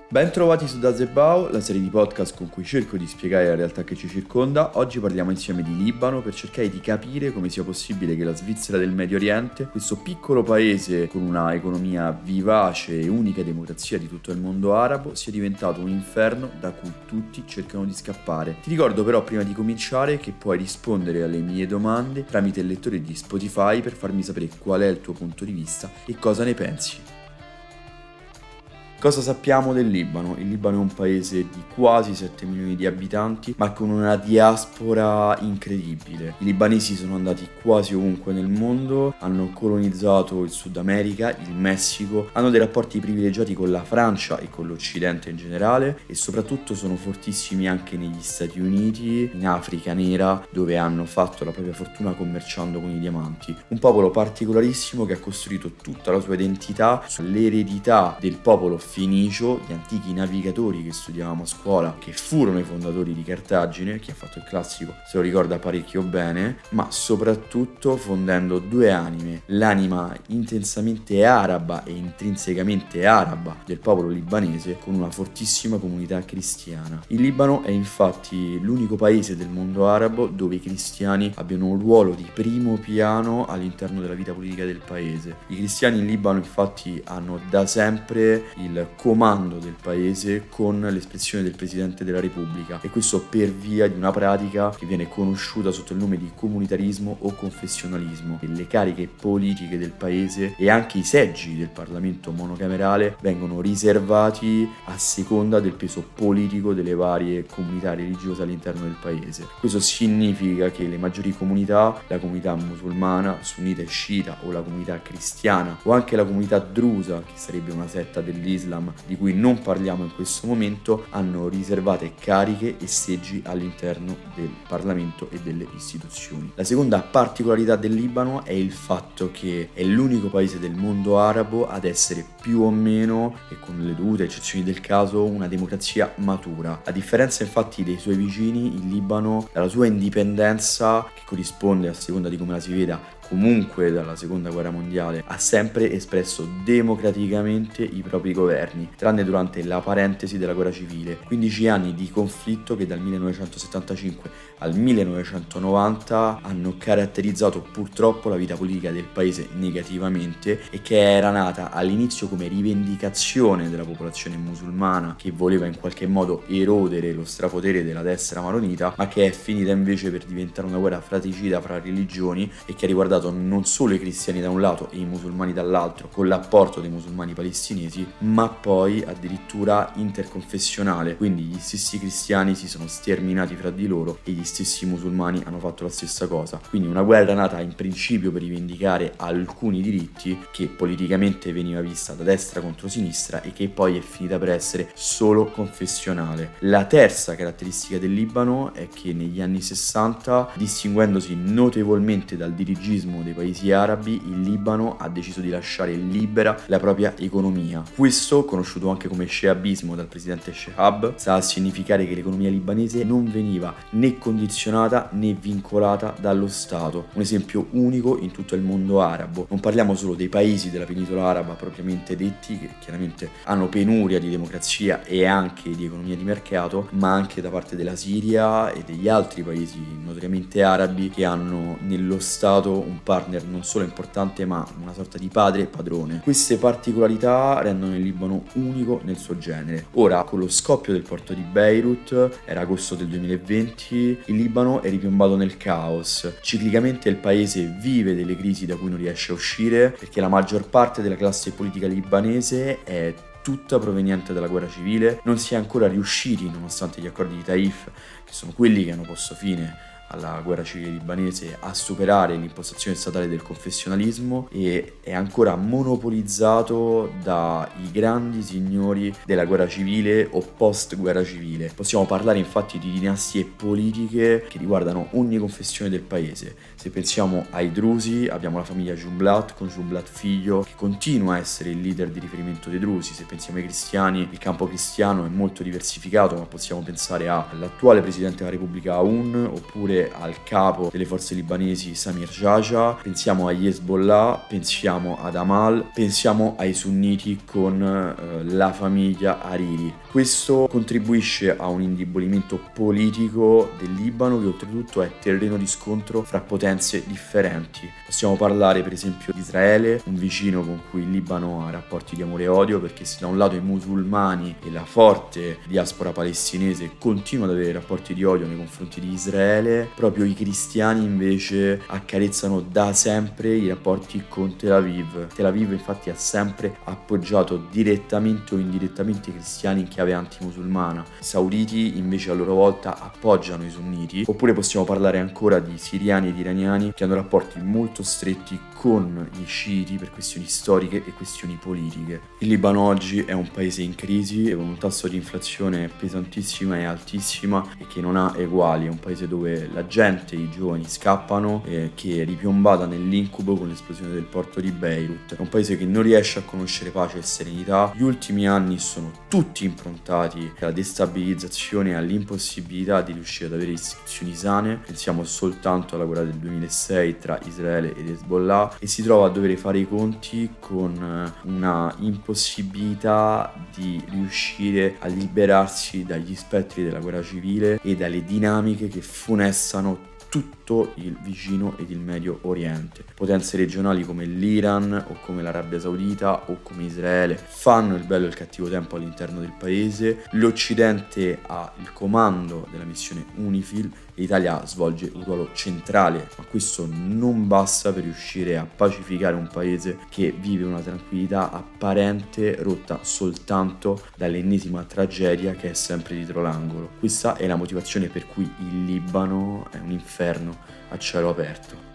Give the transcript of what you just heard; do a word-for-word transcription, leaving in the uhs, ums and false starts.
Ben trovati su Dazebao, la serie di podcast con cui cerco di spiegare la realtà che ci circonda. Oggi parliamo insieme di Libano per cercare di capire come sia possibile che la Svizzera del Medio Oriente, questo piccolo paese con una economia vivace e unica democrazia di tutto il mondo arabo, sia diventato un inferno da cui tutti cercano di scappare. Ti ricordo però prima di cominciare che puoi rispondere alle mie domande tramite il lettore di Spotify per farmi sapere qual è il tuo punto di vista e cosa ne pensi. Cosa sappiamo del Libano? Il Libano è un paese di quasi sette milioni di abitanti, ma con una diaspora incredibile. I libanesi sono andati quasi ovunque nel mondo, hanno colonizzato il Sud America, il Messico, hanno dei rapporti privilegiati con la Francia e con l'Occidente in generale e soprattutto sono fortissimi anche negli Stati Uniti, in Africa nera, dove hanno fatto la propria fortuna commerciando con i diamanti. Un popolo particolarissimo che ha costruito tutta la sua identità sull'eredità del popolo fenicio, gli antichi navigatori che studiavamo a scuola, che furono i fondatori di Cartagine. Chi ha fatto il classico se lo ricorda parecchio bene, ma soprattutto fondendo due anime: l'anima intensamente araba e intrinsecamente araba del popolo libanese con una fortissima comunità cristiana. Il Libano è infatti l'unico paese del mondo arabo dove i cristiani abbiano un ruolo di primo piano all'interno della vita politica del paese. I cristiani in Libano infatti hanno da sempre il comando del paese con l'espressione del Presidente della Repubblica, e questo per via di una pratica che viene conosciuta sotto il nome di comunitarismo o confessionalismo. E le cariche politiche del paese e anche i seggi del Parlamento monocamerale vengono riservati a seconda del peso politico delle varie comunità religiose all'interno del paese. Questo significa che le maggiori comunità, la comunità musulmana, sunnita e sciita, o la comunità cristiana, o anche la comunità drusa, che sarebbe una setta dell'Islam di cui non parliamo in questo momento, hanno riservate cariche e seggi all'interno del Parlamento e delle istituzioni. La seconda particolarità del Libano è il fatto che è l'unico paese del mondo arabo ad essere più o meno, e con le dovute eccezioni del caso, una democrazia matura. A differenza infatti dei suoi vicini, il Libano, dalla sua indipendenza, che corrisponde a seconda di come la si veda comunque dalla seconda guerra mondiale, ha sempre espresso democraticamente i propri governi, tranne durante la parentesi della guerra civile. quindici anni di conflitto che dal millenovecentosettantacinque al millenovecentonovanta hanno caratterizzato purtroppo la vita politica del paese negativamente, e che era nata all'inizio come rivendicazione della popolazione musulmana che voleva in qualche modo erodere lo strapotere della destra maronita, ma che è finita invece per diventare una guerra fratricida fra religioni e che ha riguardato non solo i cristiani da un lato e i musulmani dall'altro, con l'apporto dei musulmani palestinesi, ma poi addirittura interconfessionale, quindi gli stessi cristiani si sono sterminati fra di loro e gli stessi musulmani hanno fatto la stessa cosa. Quindi una guerra nata in principio per rivendicare alcuni diritti, che politicamente veniva vista da destra contro sinistra, e che poi è finita per essere solo confessionale. La terza caratteristica del Libano è che negli anni sessanta, distinguendosi notevolmente dal dirigismo dei paesi arabi, il Libano ha deciso di lasciare libera la propria economia. Questo, conosciuto anche come shehabismo dal presidente Shehab, sta a significare che l'economia libanese non veniva né condizionata né vincolata dallo Stato. Un esempio unico in tutto il mondo arabo. Non parliamo solo dei paesi della penisola araba propriamente detti, che chiaramente hanno penuria di democrazia e anche di economia di mercato, ma anche da parte della Siria e degli altri paesi notoriamente arabi che hanno nello Stato un partner non solo importante ma una sorta di padre e padrone. Queste particolarità rendono il Libano unico nel suo genere. Ora, con lo scoppio del porto di Beirut, era agosto del duemilaventi, il Libano è ripiombato nel caos. Ciclicamente il paese vive delle crisi da cui non riesce a uscire, perché la maggior parte della classe politica libanese è tutta proveniente dalla guerra civile. Non si è ancora riusciti, nonostante gli accordi di Taif, che sono quelli che hanno posto fine alla guerra civile libanese, a superare l'impostazione statale del confessionalismo, e è ancora monopolizzato dai grandi signori della guerra civile o post guerra civile. Possiamo parlare infatti di dinastie politiche che riguardano ogni confessione del paese. Se pensiamo ai drusi, abbiamo la famiglia Jumblat con Jumblat figlio, che continua a essere il leader di riferimento dei drusi. Se pensiamo ai cristiani, il campo cristiano è molto diversificato, ma possiamo pensare all'attuale presidente della Repubblica Aoun, oppure pensare al capo delle forze libanesi Samir Jaja, pensiamo agli Hezbollah, pensiamo ad Amal, pensiamo ai sunniti con eh, la famiglia Hariri. Questo contribuisce a un indebolimento politico del Libano, che oltretutto è terreno di scontro fra potenze differenti. Possiamo parlare per esempio di Israele, un vicino con cui il Libano ha rapporti di amore e odio, perché se da un lato i musulmani e la forte diaspora palestinese continuano ad avere rapporti di odio nei confronti di Israele, proprio i cristiani invece accarezzano da sempre i rapporti con Tel Aviv. Tel Aviv infatti ha sempre appoggiato direttamente o indirettamente i cristiani in chiave antimusulmana. I sauditi invece a loro volta appoggiano i sunniti. Oppure possiamo parlare ancora di siriani ed iraniani che hanno rapporti molto stretti con gli sciiti per questioni storiche e questioni politiche. Il Libano oggi è un paese in crisi e con un tasso di inflazione pesantissima e altissima e che non ha eguali. È un paese dove la gente, i giovani scappano, eh, che è ripiombata nell'incubo con l'esplosione del porto di Beirut. È un paese che non riesce a conoscere pace e serenità. Gli ultimi anni sono tutti improntati alla destabilizzazione e all'impossibilità di riuscire ad avere istituzioni sane. Pensiamo soltanto alla guerra del duemilasei tra Israele ed Hezbollah, e si trova a dover fare i conti con una impossibilità di riuscire a liberarsi dagli spettri della guerra civile e dalle dinamiche che funestano tutto il vicino ed il Medio Oriente. Potenze regionali come l'Iran o come l'Arabia Saudita o come Israele fanno il bello e il cattivo tempo all'interno del paese. L'Occidente ha il comando della missione UNIFIL, l'Italia svolge un ruolo centrale, ma questo non basta per riuscire a pacificare un paese che vive una tranquillità apparente rotta soltanto dall'ennesima tragedia che è sempre dietro l'angolo. Questa è la motivazione per cui il Libano è un inferno a cielo aperto.